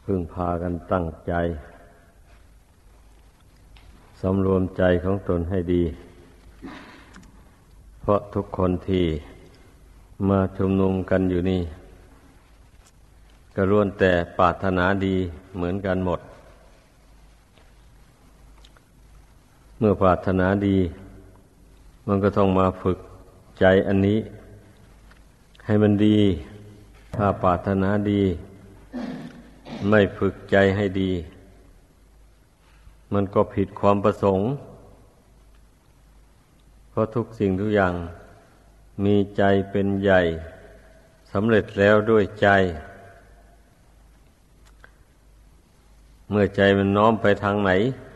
พึ่งพากันตั้งใจสำรวมใจของตนให้ดีเพราะทุกคนที่มาชุมนุมกันอยู่นี่ก็ล้วนแต่ปรารถนาดีเหมือนกันหมดเมื่อปรารถนาดีมันก็ต้องมาฝึกใจอันนี้ให้มันดีถ้าปรารถนาดีไม่ฝึกใจให้ดีมันก็ผิดความประสงค์เพราะทุกสิ่งทุกอย่างมีใจเป็นใหญ่สำเร็จแล้วด้วยใจเมื่อใจมันน้อมไปทางไหน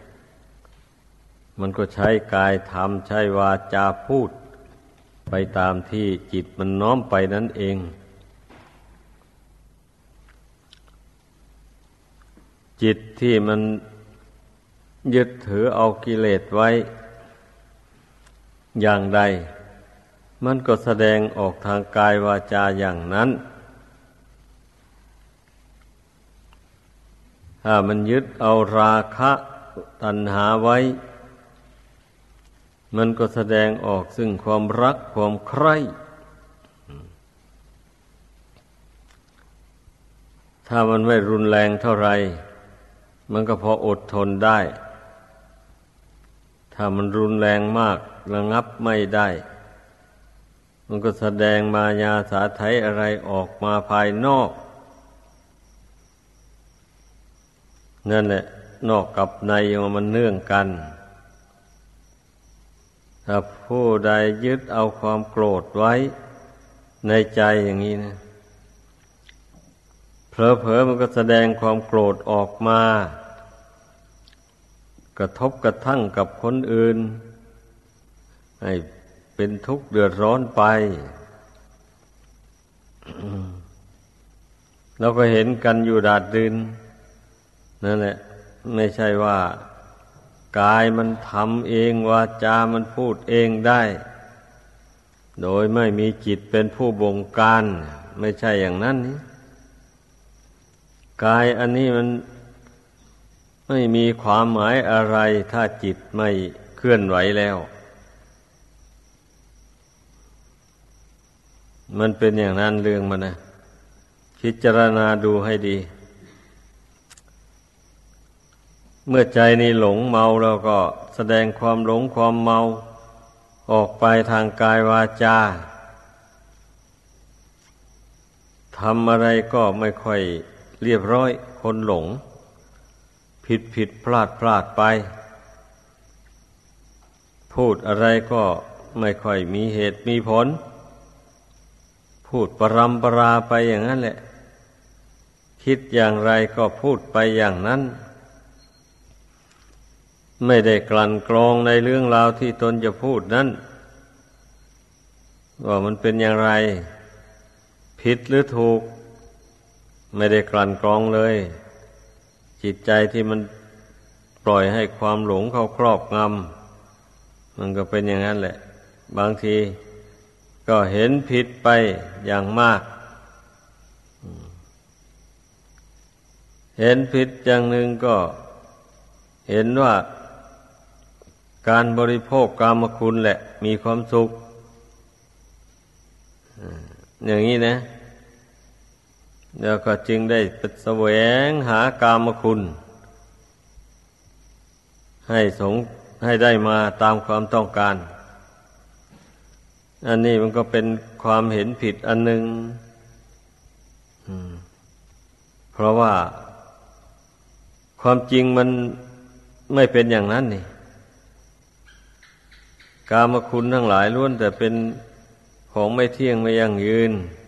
มันก็ใช้กายทำใช้วาจาพูดไปตามที่จิตมันน้อมไปนั่นเองจิตที่มันยึดถือเอากิเลสไว้อย่างใดมันก็แสดงออกทางกายวาจาอย่างนั้นถ้ามันยึดเอาราคะตัณหาไว้มันก็แสดงออกซึ่งความรักความใคร่ถ้ามันไม่รุนแรงเท่าไรมันก็พออดทนได้ถ้ามันรุนแรงมากระงับไม่ได้มันก็แสดงมายาสาไถอะไรออกมาภายนอกนั่นแหละนอกกับในมันเนื่องกันถ้าผู้ใดยึดเอาความโกรธไว้ในใจอย่างนี้นะเผลอๆมันก็แสดงความโกรธออกมากระทบกระทั่งกับคนอื่นให้เป็นทุกข์เดือดร้อนไปเราก็เห็นกันอยู่ดาดดืนนั่นแหละไม่ใช่ว่ากายมันทำเองวาจามันพูดเองได้โดยไม่มีจิตเป็นผู้บงการไม่ใช่อย่างนั้นนี่กายอันนี้มันไม่มีความหมายอะไรถ้าจิตไม่เคลื่อนไหวแล้วมันเป็นอย่างนั้นเรื่องมันนะพิจารณาดูให้ดีเมื่อใจนี่หลงเมาแล้วก็แสดงความหลงความเมาออกไปทางกายวาจาทำอะไรก็ไม่ค่อยเรียบร้อยคนหลงผิดพลาดไปพูดอะไรก็ไม่ค่อยมีเหตุมีผลพูดปรำปราไปอย่างนั้นแหละคิดอย่างไรก็พูดไปอย่างนั้นไม่ได้กลั่นกรองในเรื่องราวที่ตนจะพูดนั้นว่ามันเป็นอย่างไรผิดหรือถูกไม่ได้กลั่นกรองเลยจิตใจที่มันปล่อยให้ความหลงเข้าครอบงำมันก็เป็นอย่างนั้นแหละบางทีก็เห็นผิดไปอย่างมากเห็นผิดอย่างหนึ่งก็เห็นว่าการบริโภคกามคุณแหละมีความสุขอย่างนี้นะแล้วก็จึงได้แสวงหากามคุณให้ได้มาตามความต้องการอันนี้มันก็เป็นความเห็นผิดอันหนึ่งเพราะว่าความจริงมันไม่เป็นอย่างนั้นนี่กามคุณทั้งหลายล้วนแต่เป็นของไม่เที่ยงไม่ยั่งยืน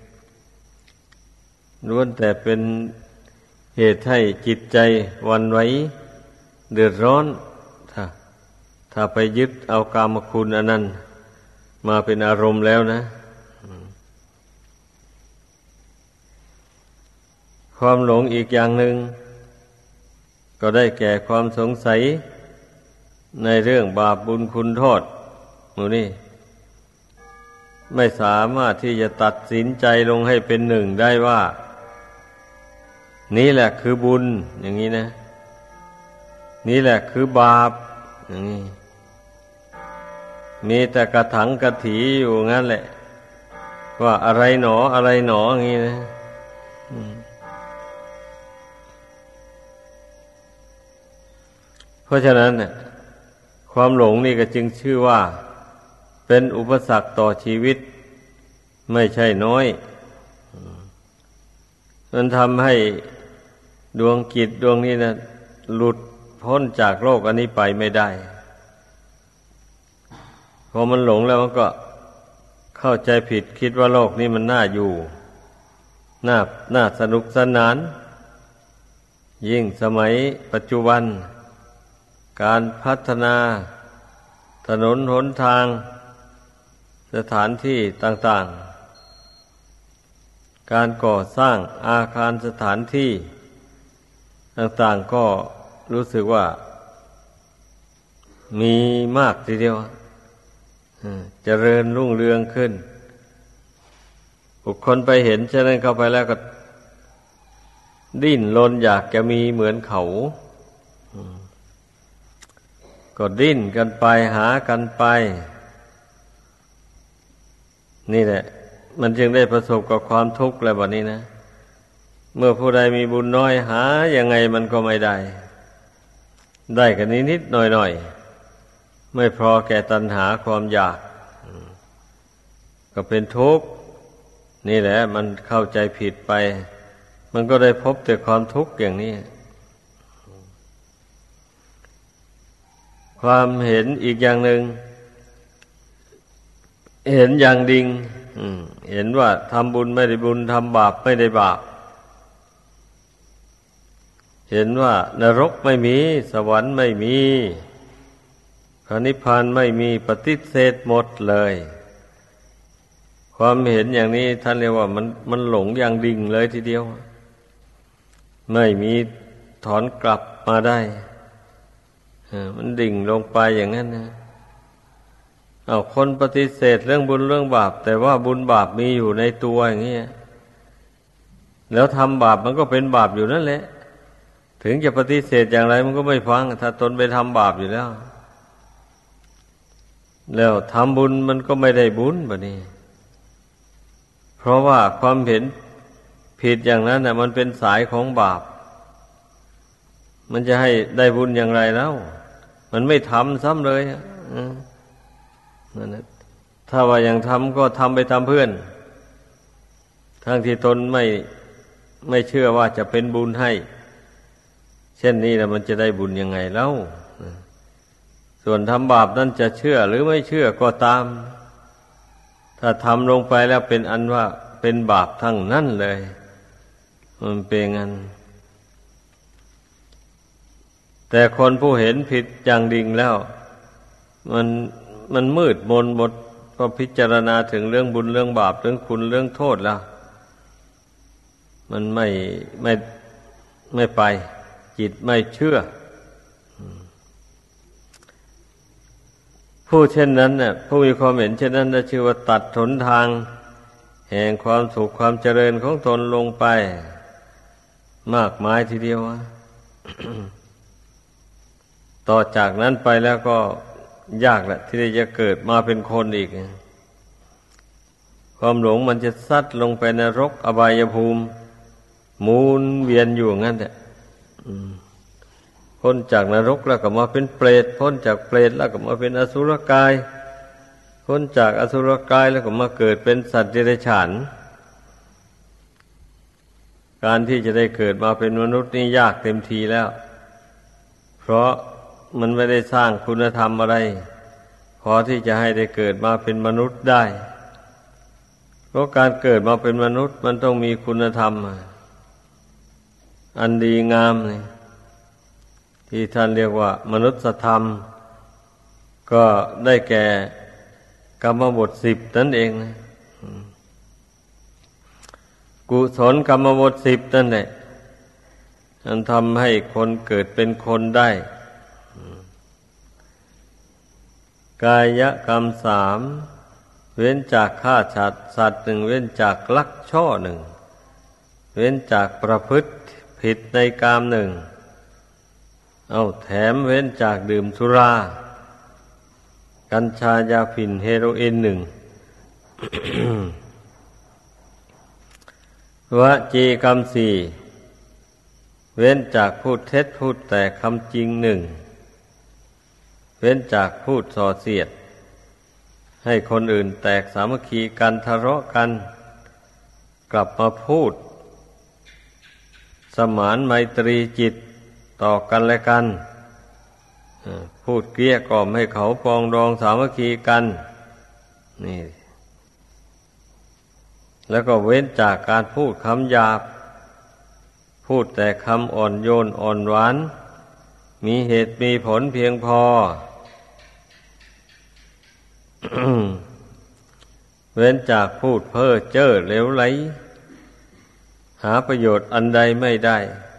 ล้วนแต่เป็นเหตุให้จิตใจหวั่นไหวเดือดร้อนถ้าไปยึดเอากามคุณอันนั้นมาเป็นอารมณ์แล้วนะความหลงอีกอย่างหนึ่งก็ได้แก่ความสงสัยในเรื่องบาปบุญคุณโทษหมู่นี่ไม่สามารถที่จะตัดสินใจลงให้เป็นหนึ่งได้ว่านี่แหละคือบุญอย่างนี้นะนี่แหละคือบาปอย่างนี้มีแต่กระถังกระถีอยู่งั้นแหละว่าอะไรหนออะไรหนออย่างนี้นะเพราะฉะนั้นเนี่ยความหลงนี่ก็จึงชื่อว่าเป็นอุปสรรคต่อชีวิตไม่ใช่น้อยมันทำให้ดวงจิตดวงนี้นะหลุดพ้นจากโลกอันนี้ไปไม่ได้พอมันหลงแล้วมันก็เข้าใจผิดคิดว่าโลกนี้มันน่าอยู่น่าสนุกสนานยิ่งสมัยปัจจุบันการพัฒนาถนนหนทางสถานที่ต่างๆการก่อสร้างอาคารสถานที่ต่างๆก็รู้สึกว่ามีมากทีเดียวเจริญรุ่งเรืองขึ้นบุคคลไปเห็นเช่นนั้นเข้าไปแล้วก็ดิ้นรนอยากจะมีเหมือนเขาก็ดิ้นกันไปหากันไปนี่แหละมันจึงได้ประสบกับความทุกข์แล้วบัดนี้นะเมื่อผู้ใดมีบุญน้อยหายังไงมันก็ไม่ได้กันนิดๆหน่อยๆไม่พอแก่ตัณหาความอยากก็เป็นทุกข์นี่แหละมันเข้าใจผิดไปมันก็ได้พบแต่ความทุกข์อย่างนี้ความเห็นอีกอย่างหนึ่งเห็นอย่างดิ่งเห็นว่าทำบุญไม่ได้บุญทำบาปไม่ได้บาปเห็นว่านรกไม่มีสวรรค์ไม่มีพระนิพพานไม่มีปฏิเสธหมดเลยความเห็นอย่างนี้ท่านเรียกว่ามันหลงอย่างดิ่งเลยทีเดียวไม่มีถอนกลับมาได้มันดิ่งลงไปอย่างนั้นนะคนปฏิเสธเรื่องบุญเรื่องบาปแต่ว่าบุญบาปมีอยู่ในตัวอย่างนี้แล้วทำบาปมันก็เป็นบาปอยู่นั่นแหละถึงจะปฏิเสธอย่างไรมันก็ไม่ฟังถ้าตนไปทำบาปอยู่แล้วทำบุญมันก็ไม่ได้บุญแบบนี้เพราะว่าความเห็นผิดอย่างนั้นน่ะมันเป็นสายของบาปมันจะให้ได้บุญอย่างไรแล้วมันไม่ทำซ้ำเลยนั่นแหละถ้าว่าอย่างทำก็ทำไปตามเพื่อนทั้งที่ตนไม่เชื่อว่าจะเป็นบุญให้เช่นนี้แล้วมันจะได้บุญยังไงเล่าส่วนทำบาปนั้นจะเชื่อหรือไม่เชื่อก็ตามถ้าทำลงไปแล้วเป็นอันว่าเป็นบาปทั้งนั้นเลยมันเป็นงั้นแต่คนผู้เห็นผิดอย่างดิ่งแล้วมันมืดมนหมดพอพิจารณาถึงเรื่องบุญเรื่องบาปเรื่องคุณเรื่องโทษแล้วมันไม่ไปจิตไม่เชื่อผู้เช่นนั้นน่ะผู้มีความเห็นเช่นนั้นจะชื่อว่าตัดหนทางแห่งความสุขความเจริญของตนลงไปมากมายทีเดียว ต่อจากนั้นไปแล้วก็ยากแหละที่จะเกิดมาเป็นคนอีกความหลงมันจะซัดลงไปนรกอบายภูมิหมุนเวียนอยู่งั้นแหละพ้นจากนรกแล้วก็มาเป็นเปรตพ้นจากเปรตแล้วก็มาเป็นอสุรกายพ้นจากอสุรกายแล้วก็มาเกิดเป็นสัตว์เดรัจฉานการที่จะได้เกิดมาเป็นมนุษย์นี่ยากเต็มทีแล้วเพราะมันไม่ได้สร้างคุณธรรมอะไรพอที่จะให้ได้เกิดมาเป็นมนุษย์ได้เพราะการเกิดมาเป็นมนุษย์มันต้องมีคุณธรรมอันดีงามนี่ที่ท่านเรียกว่ามนุษยธรรมก็ได้แก่กรรมบท 10นั่นเองนะกุศลกรรมบท 10นั่นแหละมันทำให้คนเกิดเป็นคนได้กายกรรม 3เว้นจากฆ่าสัตว์ 1เว้นจากลักช่อ 1เว้นจากประพฤติผิดในกามหนึ่งเอาแถมเว้นจากดื่มสุรากัญชายาฝิ่นเฮโรอีนหนึ่ง วจีกรรมสี่เว้นจากพูดเท็จพูดแต่คำจริงหนึ่งเว้นจากพูดส่อเสียดให้คนอื่นแตกสามัคคีกันทะเลาะกันกลับมาพูดสมานไมตรีจิตต่อกันและกันพูดเกลี้ยกล่อมให้เขาปรองดองสามัคคีกันนี่แล้วก็เว้นจากการพูดคำหยาบพูดแต่คำอ่อนโยนอ่อนหวานมีเหตุมีผลเพียงพอ เว้นจากพูดเพ้อเจ้อเหลวไหลหาประโยชน์อันใดไม่ได้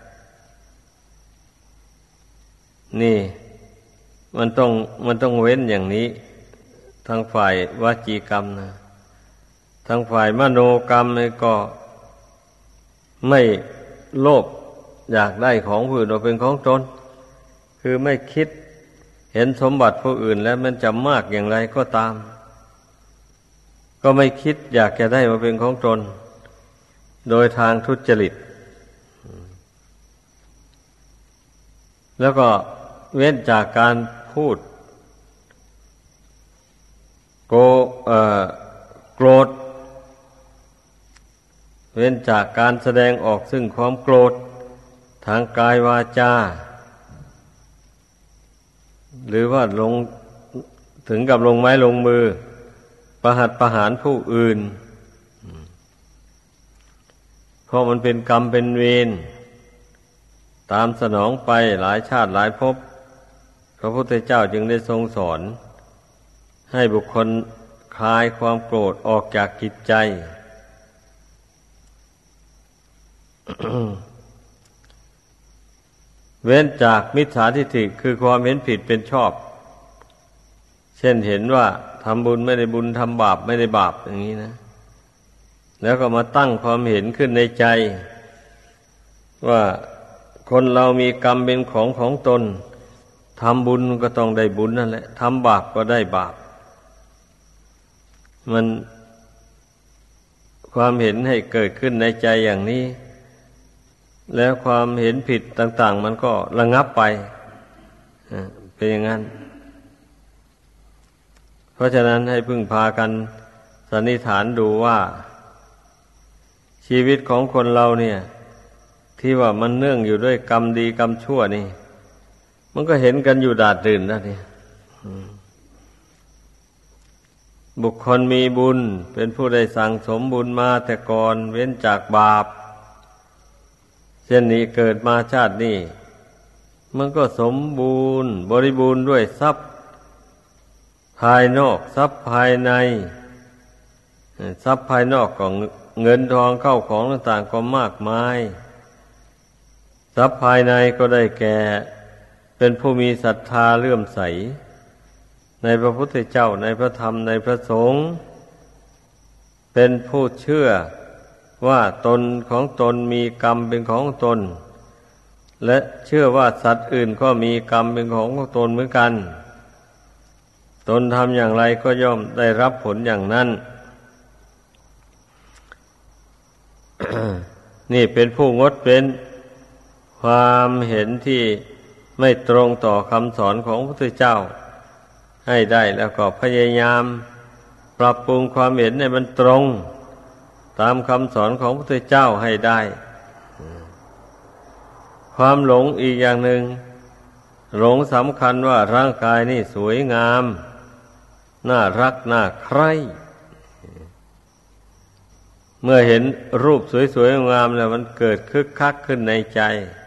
นี่มันต้องเว้นอย่างนี้ทางฝ่ายวจีกรรมนะทางฝ่ายมโนกรรมนี่ก็ไม่โลภอยากได้ของผู้อื่นว่าเป็นของตนคือไม่คิดเห็นสมบัติผู้อื่นแล้วมันจะมากอย่างไรก็ตามก็ไม่คิดอยากจะได้มาเป็นของตนโดยทางทุจริตแล้วก็เว้นจากการพูดโกรธเว้นจากการแสดงออกซึ่งความโกรธทางกายวาจาหรือว่าถึงกับลงไม้ลงมือประหัตประหารผู้อื่นเพราะมันเป็นกรรมเป็นเวรตามสนองไปหลายชาติหลายภพพระพุทธเจ้าจึงได้ทรงสอนให้บุคคลคลายความโกรธออกจากจิตใจ เว้นจากมิจฉาทิฏฐิคือความเห็นผิดเป็นชอบเช่นเห็นว่าทำบุญไม่ได้บุญทำบาปไม่ได้บาปอย่างนี้นะแล้วก็มาตั้งความเห็นขึ้นในใจว่าคนเรามีกรรมเป็นของตนทำบุญก็ต้องได้บุญนั่นแหละทำบาปก็ได้บาปมันความเห็นให้เกิดขึ้นในใจอย่างนี้แล้วความเห็นผิดต่างๆมันก็ระงับไปเป็นอย่างนั้นเพราะฉะนั้นให้พึ่งพากันสันนิษฐานดูว่าชีวิตของคนเราเนี่ยที่ว่ามันเนื่องอยู่ด้วยกรรมดีกรรมชั่วนี่มันก็เห็นกันอยู่ดาษดื่นนะนี่บุคคลมีบุญเป็นผู้ได้สั่งสมบุญมาแต่ก่อนเว้นจากบาปเช่นนี้เกิดมาชาตินี้มันก็สมบูรณ์บริบูรณ์ด้วยทรัพย์ภายนอกทรัพย์ภายในทรัพย์ภายนอกของเงินทองเข้าของต่างๆก็มากมายทรัพย์ภายในก็ได้แก่เป็นผู้มีศรัทธาเลื่อมใสในพระพุทธเจ้าในพระธรรมในพระสงฆ์เป็นผู้เชื่อว่าตนของตนมีกรรมเป็นของตนและเชื่อว่าสัตว์อื่นก็มีกรรมเป็นของตนเหมือนกันตนทำอย่างไรก็ย่อมได้รับผลอย่างนั้น นี่เป็นผู้งดเว้นความเห็นที่ไม่ตรงต่อคำสอนของพระพุทธเจ้าให้ได้แล้วก็พยายามปรับปรุงความเห็นให้มันตรงตามคำสอนของพระพุทธเจ้าให้ได้ความหลงอีกอย่างหนึ่งหลงสำคัญว่าร่างกายนี่สวยงามน่ารักน่าใคร่เมื่อเห็นรูปสวยๆงามแล้วมันเกิดคึกคักขึ้นในใจ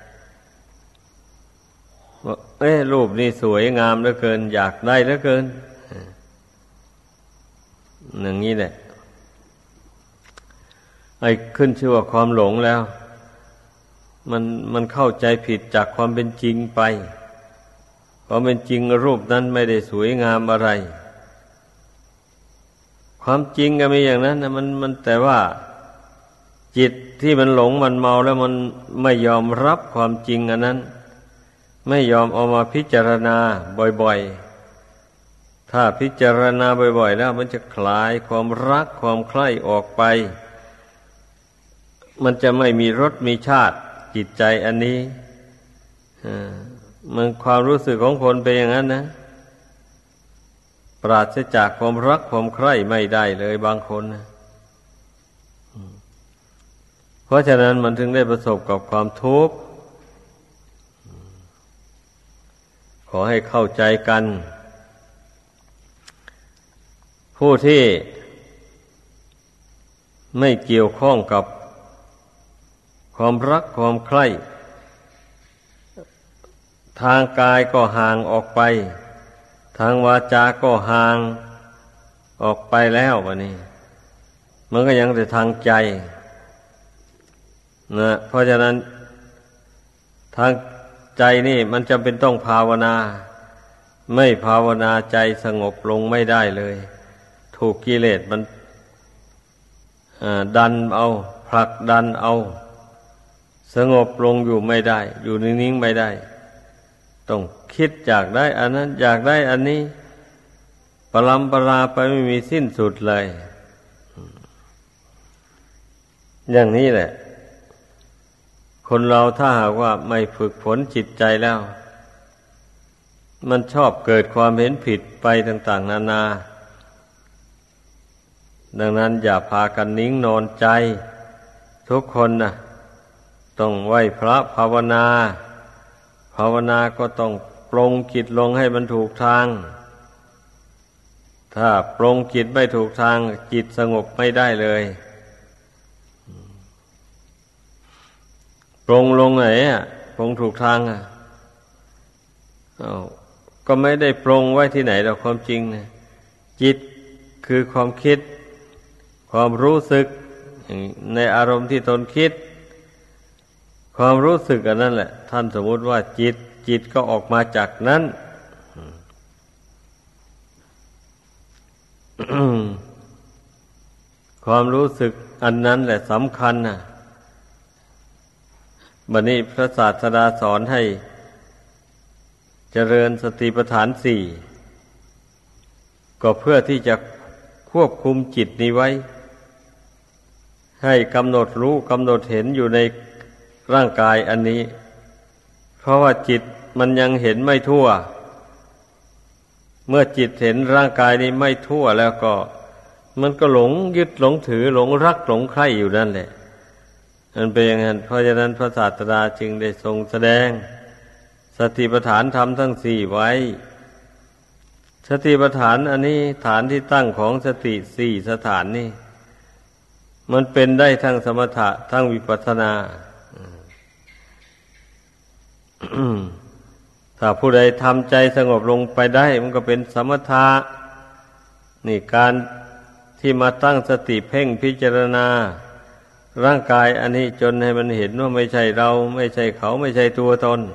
ว่ารูปนี้สวยงามเหลือเกินอยากได้เหลือเกินอย่างนี้แหละไอ้ขึ้นชื่อว่าความหลงแล้วมันเข้าใจผิดจากความเป็นจริงไปความเป็นจริงรูปนั้นไม่ได้สวยงามอะไรความจริงก็มีอย่างนั้นนะมันแต่ว่าจิตที่มันหลงมันเมาแล้วมันไม่ยอมรับความจริงอันนั้นไม่ยอมเอามาพิจารณาบ่อยๆถ้าพิจารณาบ่อยๆแล้วมันจะคลายความรักความใคร่ออกไปมันจะไม่มีรสมีชาติจิตใจอันนี้มันความรู้สึกของคนเป็นอย่างนั้นนะปราศจากความรักความใคร่ไม่ได้เลยบางคนนะเพราะฉะนั้นมันถึงได้ประสบกับความทุกข์ขอให้เข้าใจกันผู้ที่ไม่เกี่ยวข้องกับความรักความใคร่ทางกายก็ห่างออกไปทางวาจาก็ห่างออกไปแล้ววะนี่มันก็ยังแต่ทางใจนะเพราะฉะนั้นทางใจนี่มันจำเป็นต้องภาวนาไม่ภาวนาใจสงบลงไม่ได้เลยถูกกิเลสมันดันเอาผลักดันเอาสงบลงอยู่ไม่ได้อยู่นิ่งๆไม่ได้ต้องคิดอยากได้อันนั้นอยากได้อันนี้ปรำปราไปไม่มีสิ้นสุดเลยอย่างนี้แหละคนเราถ้าหากว่าไม่ฝึกฝนจิตใจแล้วมันชอบเกิดความเห็นผิดไปต่างๆนานาดังนั้นอย่าพากันนิ่งนอนใจทุกคนนะต้องไหว้พระภาวนาภาวนาก็ต้องปรงจิตลงให้มันถูกทางถ้าปรงจิตไม่ถูกทางจิตสงบไม่ได้เลยปรงลงไหนปรงถูกทางก็ไม่ได้ปรงไว้ที่ไหนหรอกความจริงนะจิตคือความคิดความรู้สึกในอารมณ์ที่ตนคิดความรู้สึกอันนั้นแหละท่านสมมุติว่าจิตก็ออกมาจากนั้น ความรู้สึกอันนั้นแหละสำคัญนะบัดนี้พระศาสดาสอนให้เจริญสติปัฏฐานสี่ก็เพื่อที่จะควบคุมจิตนี้ไว้ให้กำหนดรู้กำหนดเห็นอยู่ในร่างกายอันนี้เพราะว่าจิตมันยังเห็นไม่ทั่วเมื่อจิตเห็นร่างกายนี้ไม่ทั่วแล้วก็มันก็หลงยึดหลงถือหลงรักหลงใคร่อยู่นั่นแหละมันเป็นอย่างนั้นเพราะฉะนั้นพระศาสดาจึงได้ทรงแสดงสติปัฏฐานธรรมทั้งสี่ไว้สติปัฏฐานอันนี้ฐานที่ตั้งของสติสี่สถานนี่มันเป็นได้ทั้งสมถะทั้งวิปัสสนาถ้าผู้ใดทำใจสงบลงไปได้มันก็เป็นสมถะนี่การที่มาตั้งสติเพ่งพิจารณาร่างกายอันนี้จนให้มันเห็นว่าไม่ใช่เราไม่ใช่เขาไม่ใช่ตัวตน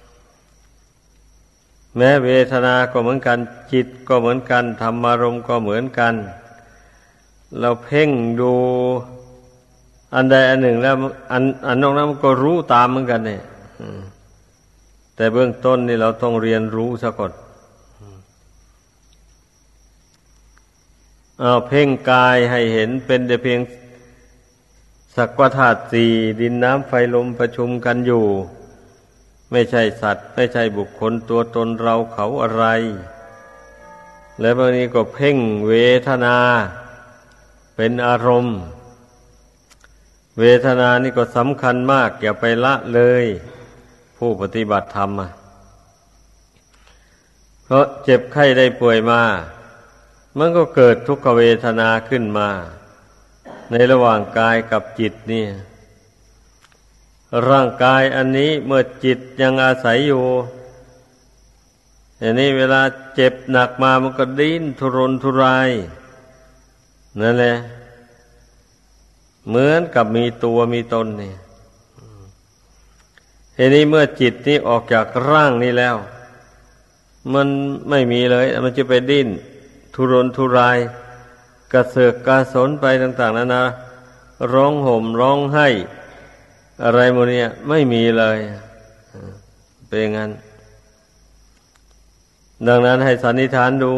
แม้เวทนาก็เหมือนกันจิตก็เหมือนกันธรรมารมณ์ก็เหมือนกันเราเพ่งดูอันใดอันหนึ่งแล้วอันนอกนั้นมันก็รู้ตามเหมือนกันเนี่ยแต่เบื้องต้นนี่เราต้องเรียนรู้ซะก่อนเพ่งกายให้เห็นเป็นแต่เพียงสักว่าธาตุสี่ดินน้ำไฟลมประชุมกันอยู่ไม่ใช่สัตว์ไม่ใช่บุคคลตัวตนเราเขาอะไรและบางทีก็เพ่งเวทนาเป็นอารมณ์เวทนานี่ก็สำคัญมากอย่าไปละเลยผู้ปฏิบัติธรรมเพราะเจ็บไข้ได้ป่วยมามันก็เกิดทุกขเวทนาขึ้นมาในระหว่างกายกับจิตนี่ร่างกายอันนี้เมื่อจิตยังอาศัยอยู่อันนี้เวลาเจ็บหนักมามันก็ดิ้นทุรนทุรายนั่นแหละเหมือนกับมีตัวมีตนนี่ทีนี้เมื่อจิตนี้ออกจากร่างนี้แล้วมันไม่มีเลยมันจะไปดิ้นทุรนทุรายกระเสือกกระสนไปต่างๆนานาร้องห่มร้องไห้อะไรโมเนี่ยไม่มีเลยเป็นงั้นดังนั้นให้สันนิษฐานดู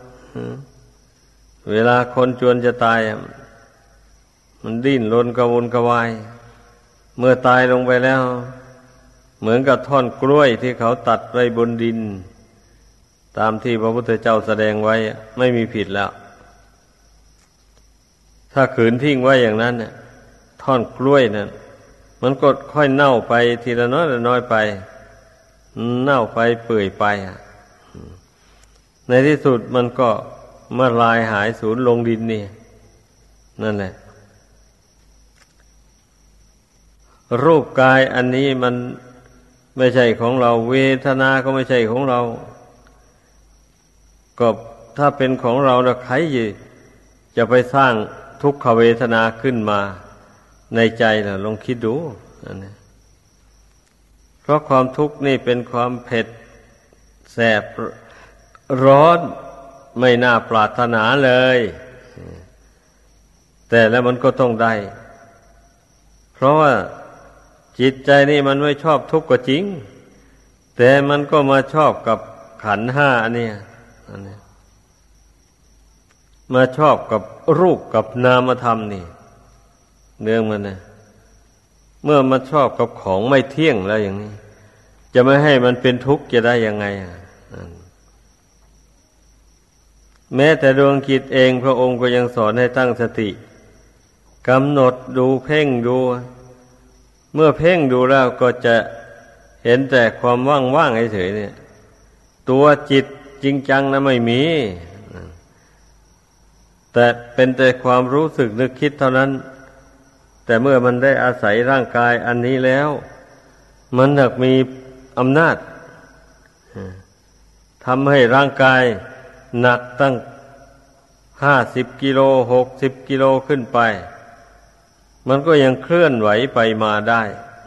เวลาคนจวนจะตายมันดิ้นรนกระวนกระวายเมื่อตายลงไปแล้วเหมือนกับท่อนกล้วยที่เขาตัดไว้บนดินตามที่พระพุทธเจ้าแสดงไว้ไม่มีผิดแล้วถ้าขืนทิ้งไว้อย่างนั้นเนี่ยท่อนกล้วยนั้นมันก็ค่อยเน่าไปทีละน้อยละน้อยไปเน่าไปเปื่อยไปในที่สุดมันก็มาลายหายสูญลงดินนี่นั่นแหละรูปกายอันนี้มันไม่ใช่ของเราเวทนาก็ไม่ใช่ของเราก็ถ้าเป็นของเราแล้วใครจะไปสร้างทุกขเวทนาขึ้นมาในใจล่ะลองคิดดูอันนี้เพราะความทุกข์นี่เป็นความเผ็ดแสบร้อนไม่น่าปรารถนาเลยแต่แล้วมันก็ต้องได้เพราะว่าจิตใจนี่มันไม่ชอบทุกข์ก็จริงแต่มันก็มาชอบกับขันธ์ห้าอันนี้มาชอบกับรูปกับนามธรรมนี่เรื่องมันนะเมื่อมาชอบกับของไม่เที่ยงแล้วอย่างนี้จะไม่ให้มันเป็นทุกข์จะได้ยังไงแม้แต่ดวงจิตเองพระองค์ก็ยังสอนให้ตั้งสติกำหนดดูเพ่งดูเมื่อเพ่งดูแล้วก็จะเห็นแต่ความว่างๆเฉยๆเนี่ยตัวจิตจริงจังนะไม่มีแต่เป็นแต่ความรู้สึกนึกคิดเท่านั้นแต่เมื่อมันได้อาศัยร่างกายอันนี้แล้วมันหากมีอำนาจทำให้ร่างกายหนักตั้ง50 กิโล60 กิโลขึ้นไปมันก็ยังเคลื่อนไหวไปมาได้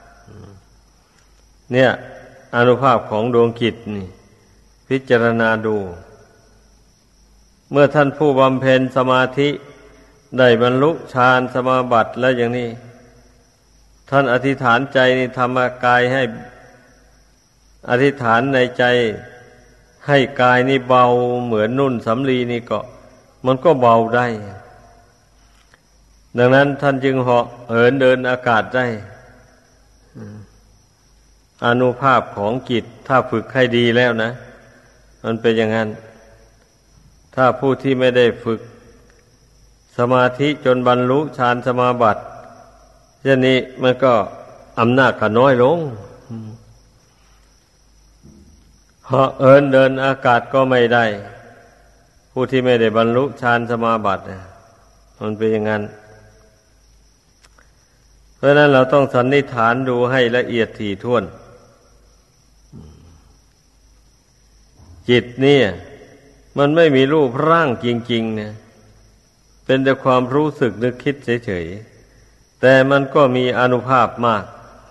เนี่ยอานุภาพของดวงจิตนี่พิจารณาดูเมื่อท่านผู้บำเพ็ญสมาธิได้บรรลุฌานสมาบัติแล้วอย่างนี้ท่านอธิษฐานใจนี่ทำกายให้อธิษฐานในใจให้กายนี่เบาเหมือนนุ่นสำลีนี่ก็มันก็เบาได้ดังนั้นท่านจึงเหาะเหินเดินอากาศได้อานุภาพของจิตถ้าฝึกให้ดีแล้วนะมันเป็นอย่างนั้นถ้าผู้ที่ไม่ได้ฝึกสมาธิจนบรรลุฌานสมาบัติเช่นนี้มันก็อำนาจก็น้อยลงเหาะเหินเดินอากาศก็ไม่ได้ผู้ที่ไม่ได้บรรลุฌานสมาบัติมันเป็นอย่างนั้นเพราะนั้นเราต้องสันนิษฐานดูให้ละเอียดถี่ถ้วนจิตนี่มันไม่มีรูปร่างจริงๆเนี่ยเป็นแต่ความรู้สึกนึกคิดเฉยๆแต่มันก็มีอานุภาพมาก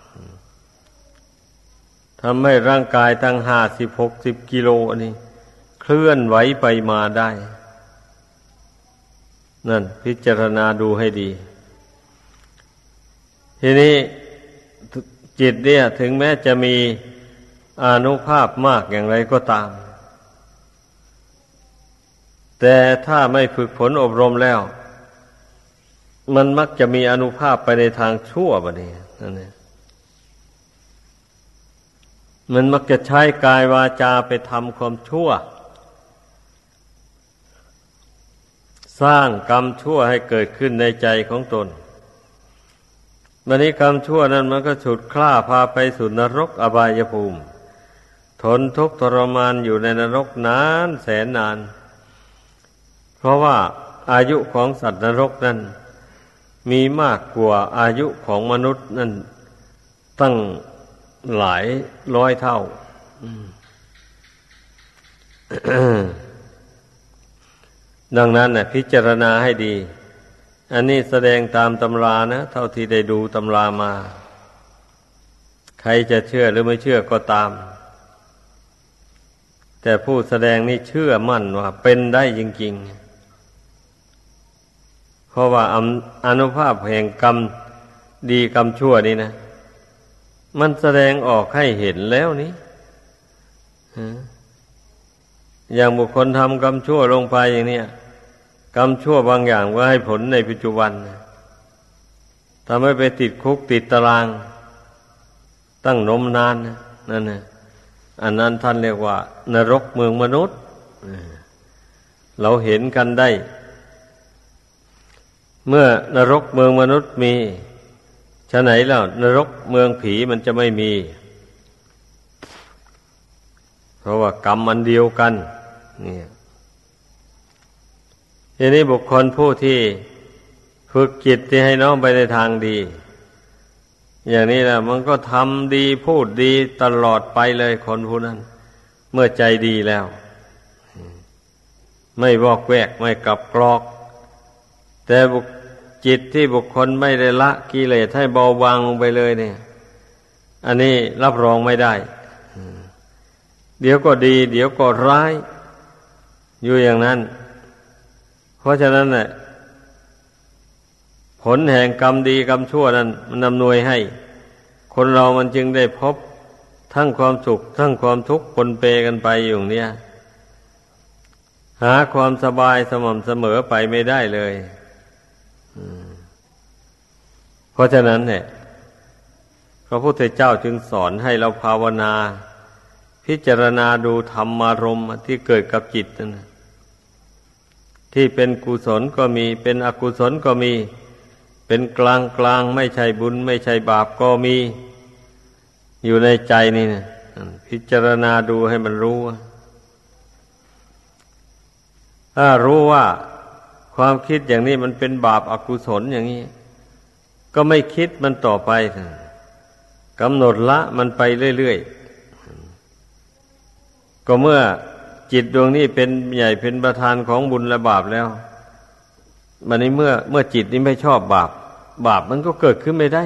ทำให้ร่างกายตั้ง50-60 กิโลนี่เคลื่อนไหวไปมาได้นั่นพิจารณาดูให้ดีทีนี้จิตเนี่ยถึงแม้จะมีอานุภาพมากอย่างไรก็ตามแต่ถ้าไม่ฝึกฝนอบรมแล้วมันมักจะมีอานุภาพไปในทางชั่วบัดนี้นั่นเองมันมักจะใช้กายวาจาไปทำความชั่วสร้างกรรมชั่วให้เกิดขึ้นในใจของตนวันนี้กรรมชั่วนั้นมันก็ฉุดคล้าพาไปสู่นรกอบายภูมิทนทุกข์ทรมานอยู่ในนรกนานแสนนานเพราะว่าอายุของสัตว์นรกนั้นมีมากกว่าอายุของมนุษย์นั้นตั้งหลายร้อยเท่า ดังนั้นพิจารณาให้ดีอันนี้แสดงตามตำรานะเท่าที่ได้ดูตำรามาใครจะเชื่อหรือไม่เชื่อก็ตามแต่ผู้แสดงนี่เชื่อมั่นว่าเป็นได้จริงเพราะว่าอานุภาพแห่งกรรมดีกรรมชั่วนี่นะมันแสดงออกให้เห็นแล้วนี้อย่างบุคคลทำกรรมชั่วลงไปอย่างเนี้ยกรรมชั่วบางอย่างก็ให้ผลในปัจจุบันทำให้ไปติดคุกติดตารางตั้งนมนานนั่นนะอันนั้นท่านเรียกว่านรกเมืองมนุษย์เราเห็นกันได้เมื่อนรกเมืองมนุษย์มีฉะไหนแล้วนรกเมืองผีมันจะไม่มีเพราะว่ากรรมมันเดียวกันนี่ทีนี้บุคคลผู้ที่ฝึกจิตที่ให้น้อมไปในทางดีอย่างนี้แหละมันก็ทำดีพูดดีตลอดไปเลยคนผู้นั้นเมื่อใจดีแล้วไม่วอกแวกไม่กลับกรอกแต่จิตที่บุคคลไม่ได้ละกิเลสให้เบาบางลงไปเลยเนี่ยอันนี้รับรองไม่ได้เดี๋ยวก็ดีเดี๋ยวก็ร้ายอยู่อย่างนั้นเพราะฉะนั้นน่ะผลแห่งกรรมดีกรรมชั่วนั้นมันอำนวยให้คนเรามันจึงได้พบทั้งความสุขทั้งความทุกข์ปนเปกันไปอยู่เนี่ยหาความสบายสม่ำเสมอไปไม่ได้เลยเพราะฉะนั้นเนี่ยพระพุทธเจ้าจึงสอนให้เราภาวนาพิจารณาดูธรรมารมณ์ที่เกิดกับจิตนั่นที่เป็นกุศลก็มีเป็นอกุศลก็มีเป็นกลางกลางไม่ใช่บุญไม่ใช่บาปก็มีอยู่ในใจนี่นะพิจารณาดูให้มันรู้ถ้ารู้ว่าความคิดอย่างนี้มันเป็นบาปอกุศลอย่างนี้ก็ไม่คิดมันต่อไปกำหนดละมันไปเรื่อยๆก็เมื่อจิตดวงนี้เป็นใหญ่เป็นประธานของบุญและบาปแล้วมันนี้เมื่อจิตนี้ไม่ชอบบาปมันก็เกิดขึ้นไม่ได้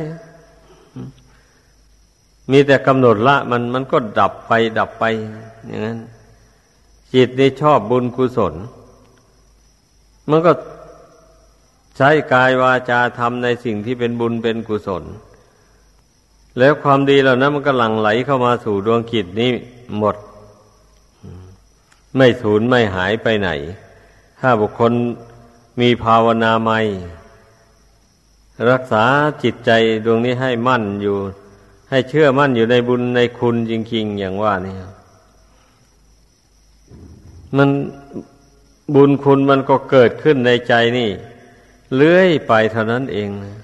มีแต่กำหนดละมันก็ดับไปอย่างนั้นจิตนี้ชอบบุญกุศลมันก็ใช้กายวาจาทำในสิ่งที่เป็นบุญเป็นกุศลแล้วความดีเหล่านั้นมันก็หลั่งไหลเข้ามาสู่ดวงจิตนี้หมดไม่สูญไม่หายไปไหนถ้าบุคคลมีภาวนาใหม่รักษาจิตใจดวงนี้ให้มั่นอยู่ให้เชื่อมั่นอยู่ในบุญในคุณจริงๆอย่างว่านี่มันบุญคุณมันก็เกิดขึ้นในใจนี่เลื่อยไปเท่านั้นเองนะ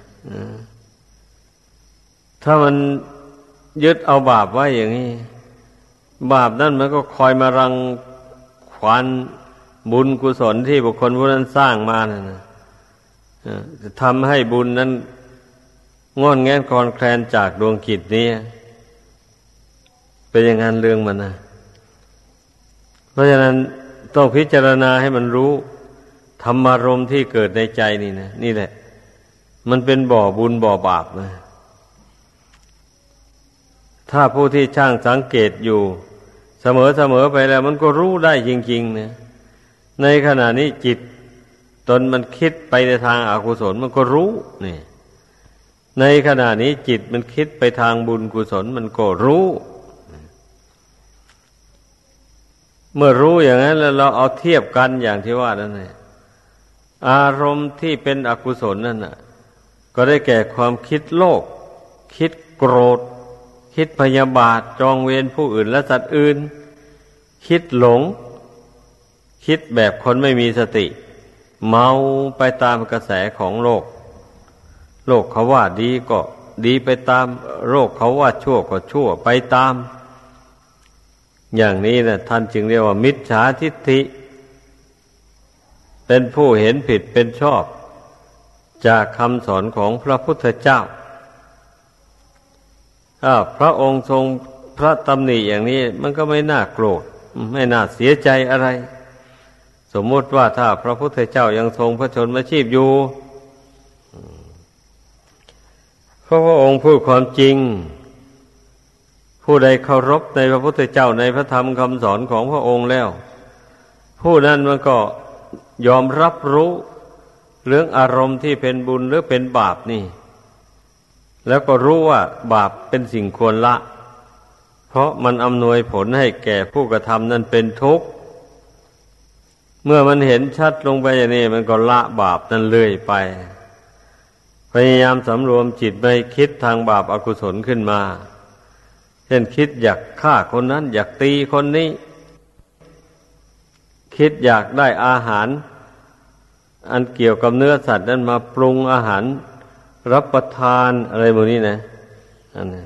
ถ้ามันยึดเอาบาปไว้อย่างนี้บาปนั่นมันก็คอยมารังควานบุญกุศลที่บุคคลผู้นั้นสร้างมานั่นนะจะทำให้บุญนั้นงอนแงนคลอนแคลนจากดวงจิตนี้เป็นอย่างนั้นเรื่องมันนะเพราะฉะนั้นต้องพิจารณาให้มันรู้ธรรมารมณ์ที่เกิดในใจนี่นะนี่แหละมันเป็นบ่อบุญบ่อบาปนะถ้าผู้ที่ช่างสังเกตอยู่เสมอไปแล้วมันก็รู้ได้จริงๆนะในขณะนี้จิตตนมันคิดไปในทางอกุศลมันก็รู้นี่ในขณะนี้จิตมันคิดไปทางบุญกุศลมันก็รู้เมื่อรู้อย่างนั้นแล้วเราเอาเทียบกันอย่างที่ว่านั่นแหละอารมณ์ที่เป็นอกุศลนั่นน่ะก็ได้แก่ความคิดโลภคิดโกรธคิดพยาบาทจองเวรผู้อื่นและสัตว์อื่นคิดหลงคิดแบบคนไม่มีสติเมาไปตามกระแสของโลกเขาว่าดีก็ดีไปตามโลกเขาว่าชั่วก็ชั่วไปตามอย่างนี้นะท่านจึงเรียกว่ามิจฉาทิฏฐิเป็นผู้เห็นผิดเป็นชอบจากคำสอนของพระพุทธเจ้าพระองค์ทรงพระตำหนิอย่างนี้มันก็ไม่น่าโกรธไม่น่าเสียใจอะไรสมมติว่าถ้าพระพุทธเจ้ายังทรงพระชนมชีพอยู่เพราะพระองค์พูดความจริงผู้ใดเคารพในพระพุทธเจ้าในพระธรรมคำสอนของพระองค์แล้วผู้นั้นมันก็ยอมรับรู้เรื่องอารมณ์ที่เป็นบุญหรือเป็นบาปนี่แล้วก็รู้ว่าบาปเป็นสิ่งควรละเพราะมันอำนวยผลให้แก่ผู้กระทำนั้นเป็นทุกข์เมื่อมันเห็นชัดลงไปอย่างนี้มันก็ละบาปนั้นเรื่อยไปพยายามสำรวมจิตไม่คิดทางบาปอกุศลขึ้นมาเช่นคิดอยากฆ่าคนนั้นอยากตีคนนี้คิดอยากได้อาหารอันเกี่ยวกับเนื้อสัตว์นั้นมาปรุงอาหารรับประทานอะไรพวกนี้นะอันนี้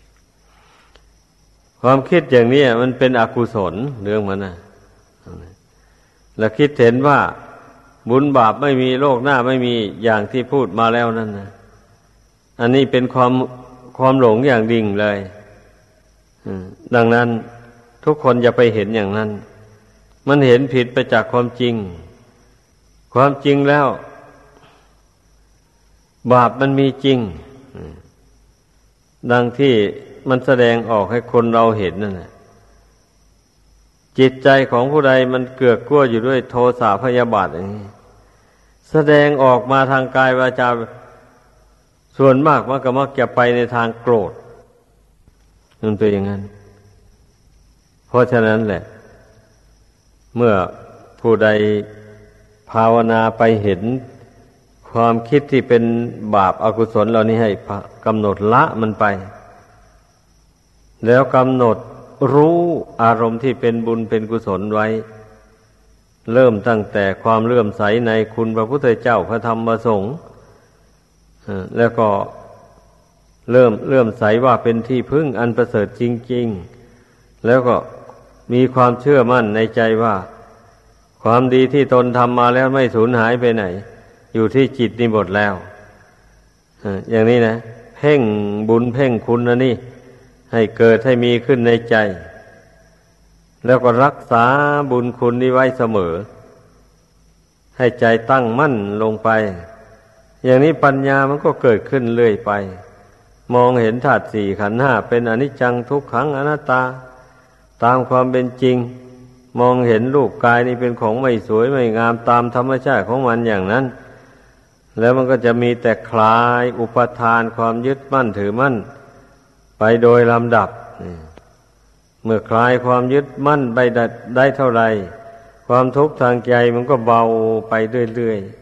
ความคิดอย่างนี้มันเป็นอกุศลเรื่องมันนะแล้วคิดเห็นว่าบุญบาปไม่มีโลกหน้าไม่มีอย่างที่พูดมาแล้วนั่นนะอันนี้เป็นความหลงอย่างดิ่งเลยดังนั้นทุกคนอย่าไปเห็นอย่างนั้นมันเห็นผิดไปจากความจริงความจริงแล้วบาปมันมีจริงดังที่มันแสดงออกให้คนเราเห็นนั่นแหละจิตใจของผู้ใดมันเกือกกลัวอยู่ด้วยโทสะพยาบาทอย่างนี้แสดงออกมาทางกายวาจาส่วนมากมันก็มักจะไปในทางโกรธมันเป็นอย่างนั้นเพราะฉะนั้นแหละเมื่อผู้ใดภาวนาไปเห็นความคิดที่เป็นบาปอกุศลเหล่านี้ให้กำหนดละมันไปแล้วกำหนดรู้อารมณ์ที่เป็นบุญเป็นกุศลไว้เริ่มตั้งแต่ความเลื่อมใสในคุณพระพุทธเจ้าพระธรรมพระสงฆ์แล้วก็เริ่มใสว่าเป็นที่พึ่งอันประเสริฐจริงๆแล้วก็มีความเชื่อมั่นในใจว่าความดีที่ตนทำมาแล้วไม่สูญหายไปไหนอยู่ที่จิตนี่หมดแล้วอย่างนี้นะเพ่งบุญเพ่งคุณนะนี่ให้เกิดให้มีขึ้นในใจแล้วก็รักษาบุญคุณนี้ไว้เสมอให้ใจตั้งมั่นลงไปอย่างนี้ปัญญามันก็เกิดขึ้นเรื่อยไปมองเห็นธาตุสี่ขันธ์ห้าเป็นอนิจจังทุกขังอนัตตาตามความเป็นจริงมองเห็นรูปกายนี้เป็นของไม่สวยไม่งามตามธรรมชาติของมันอย่างนั้นแล้วมันก็จะมีแต่คลายอุปทานความยึดมั่นถือมั่นไปโดยลำดับเมื่อคลายความยึดมั่นไปได้เท่าไรความทุกข์ทางใจมันก็เบาไปเรื่อยๆ